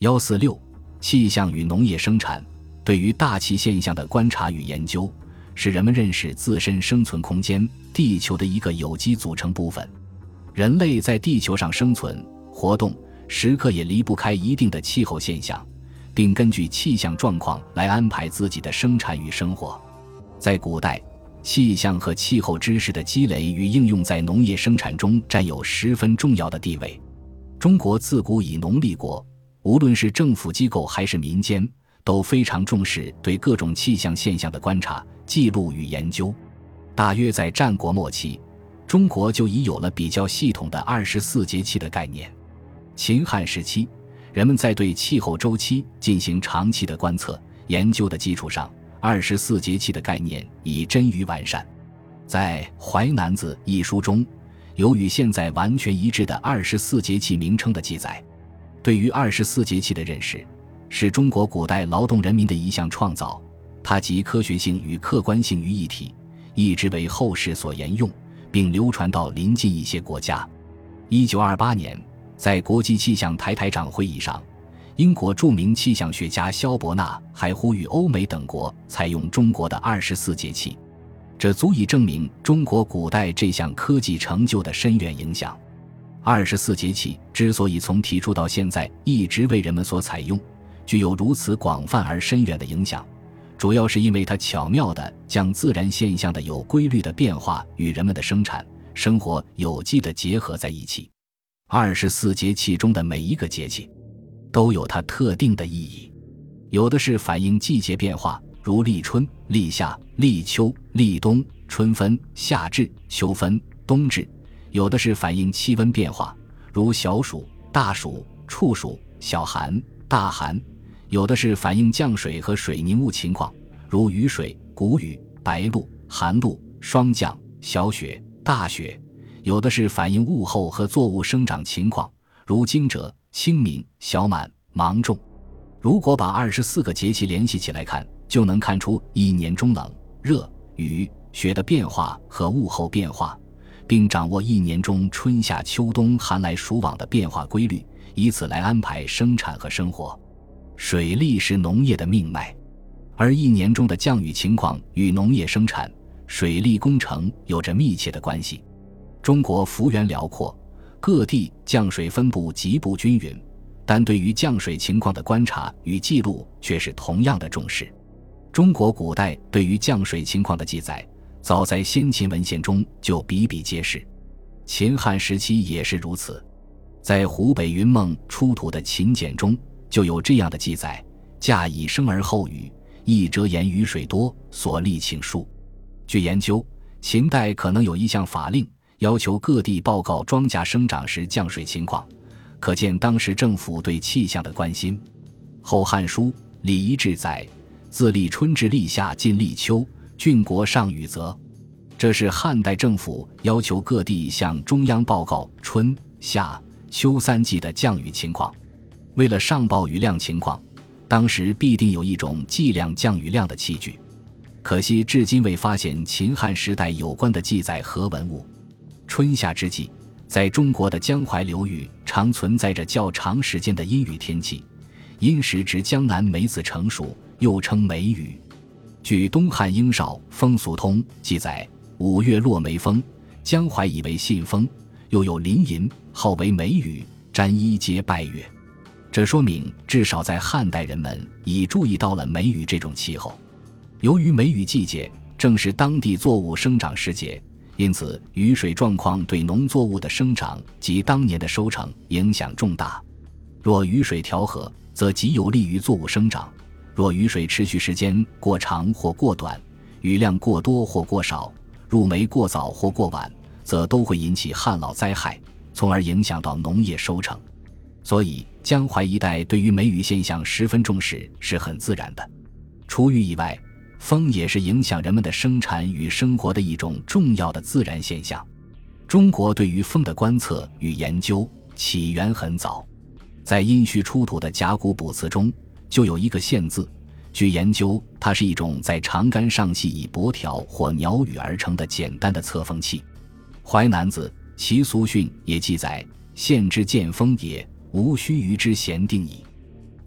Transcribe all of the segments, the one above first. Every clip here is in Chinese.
146气象与农业生产。对于大气现象的观察与研究，是人们认识自身生存空间地球的一个有机组成部分。人类在地球上生存活动时刻也离不开一定的气候现象，并根据气象状况来安排自己的生产与生活。在古代，气象和气候知识的积累与应用在农业生产中占有十分重要的地位。中国自古以农立国，无论是政府机构还是民间，都非常重视对各种气象现象的观察、记录与研究。大约在战国末期，中国就已有了比较系统的24节气的概念。秦汉时期，人们在对气候周期进行长期的观测、研究的基础上，24节气的概念已臻于完善。在《淮南子》一书中，有与现在完全一致的24节气名称的记载。对于24节气的认识，是中国古代劳动人民的一项创造，它集科学性与客观性于一体，一直为后世所沿用，并流传到邻近一些国家。1928年，在国际气象台台长会议上，英国著名气象学家萧伯纳还呼吁欧美等国采用中国的24节气，这足以证明中国古代这项科技成就的深远影响。24节气之所以从提出到现在一直为人们所采用，具有如此广泛而深远的影响，主要是因为它巧妙地将自然现象的有规律的变化与人们的生产、生活有机地结合在一起。24节气中的每一个节气都有它特定的意义，有的是反映季节变化，如立春、立夏、立秋、立冬、春分、夏至、秋分、冬至；有的是反映气温变化，如小暑、大暑、处暑、小寒、大寒；有的是反映降水和水凝雾情况，如雨水、谷雨、白露、寒露、霜降、小雪、大雪；有的是反映物候和作物生长情况，如惊蛰、清明、小满、芒种。如果把24个节气联系起来看，就能看出一年中冷、热、雨、雪的变化和物候变化，并掌握一年中春夏秋冬寒来暑往的变化规律，以此来安排生产和生活。水利是农业的命脉，而一年中的降雨情况与农业生产、水利工程有着密切的关系。中国幅员辽阔，各地降水分布极不均匀，但对于降水情况的观察与记录却是同样的重视。中国古代对于降水情况的记载，早在先秦文献中就比比皆是，秦汉时期也是如此。在湖北云梦出土的秦简中就有这样的记载：驾以生而后雨，一则言雨水多，所立请数。据研究，秦代可能有一项法令，要求各地报告庄稼生长时降水情况，可见当时政府对气象的关心。后汉书《礼仪志》载：自立春至立夏尽立秋，郡国上雨泽。这是汉代政府要求各地向中央报告春、夏、秋三季的降雨情况。为了上报雨量情况，当时必定有一种计量降雨量的器具，可惜至今未发现秦汉时代有关的记载和文物。春夏之际，在中国的江淮流域常存在着较长时间的阴雨天气，因时指江南梅子成熟，又称梅雨。据东汉英少《风俗通》记载，5月落梅风，江淮以为信风，又有林吟，号为梅雨，沾衣皆拜月。这说明至少在汉代人们已注意到了梅雨这种气候。由于梅雨季节正是当地作物生长时节，因此雨水状况对农作物的生长及当年的收成影响重大。若雨水调和，则极有利于作物生长；若雨水持续时间过长或过短，雨量过多或过少，入梅过早或过晚，则都会引起旱涝灾害，从而影响到农业收成。所以江淮一带对于梅雨现象十分重视是很自然的。除雨以外，风也是影响人们的生产与生活的一种重要的自然现象。中国对于风的观测与研究起源很早，在殷墟出土的甲骨卜辞中就有一个县字，据研究它是一种在长杆上系以帛条或鸟羽而成的简单的测风器。淮南子·其俗训也记载：县之见风也，无须于之闲定矣。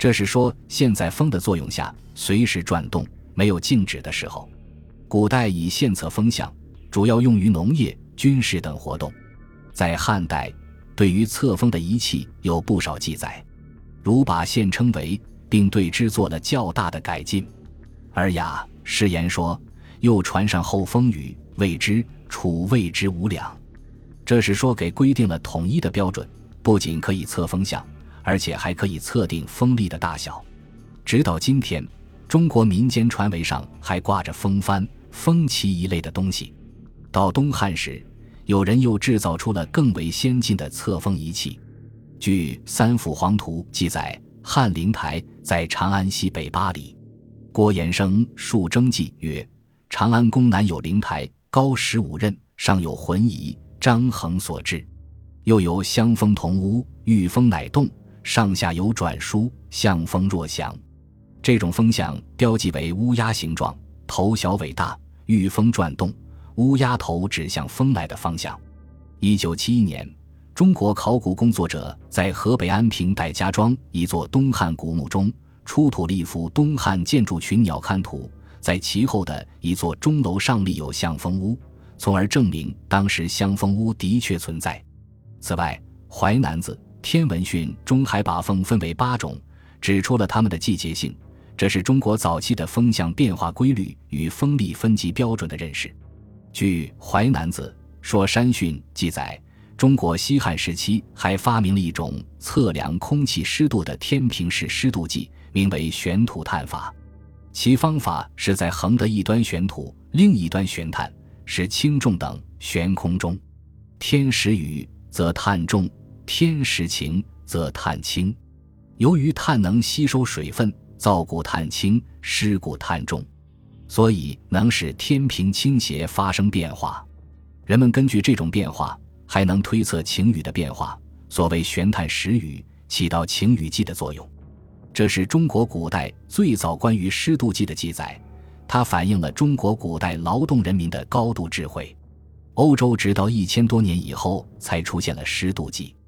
这是说现在风的作用下随时转动，没有静止的时候。古代以线测风向，主要用于农业、军事等活动。在汉代，对于测风的仪器有不少记载，如把线称为，并对之做了较大的改进。尔雅诗言说，又传上后风雨，谓之楚谓之无两。这是说给规定了统一的标准，不仅可以测风向，而且还可以测定风力的大小。直到今天，中国民间传闻上还挂着风帆、风旗一类的东西。到东汉时，有人又制造出了更为先进的测风仪器。据《三辅黄图》记载，汉灵台在长安西北8里。郭延生《述征记》曰：长安宫南有灵台，高15仞，上有浑仪，张衡所制。又有香风同屋，遇风乃动，上下有转书，向风若翔。这种风向标记为乌鸦形状，头小尾大，遇风转动，乌鸦头指向风来的方向。1971年，中国考古工作者在河北安平戴家庄一座东汉古墓中出土了一幅东汉建筑群鸟瞰图，在其后的一座钟楼上立有向风屋，从而证明当时向风屋的确存在。此外，《淮南子·天文训》中还把风分为8种，指出了它们的季节性，这是中国早期的风向变化规律与风力分级标准的认识。据《淮南子·说山训》记载，中国西汉时期还发明了一种测量空气湿度的天平式湿度计，名为悬土探法。其方法是在横的一端悬土，另一端悬碳，使轻重等悬空中。天时雨则碳重，天时晴则碳轻。由于碳能吸收水分，燥故碳轻，湿故碳重，所以能使天平倾斜发生变化。人们根据这种变化还能推测晴雨的变化，所谓悬碳识雨，起到晴雨计的作用。这是中国古代最早关于湿度计的记载，它反映了中国古代劳动人民的高度智慧。欧洲直到1000多年以后才出现了湿度计。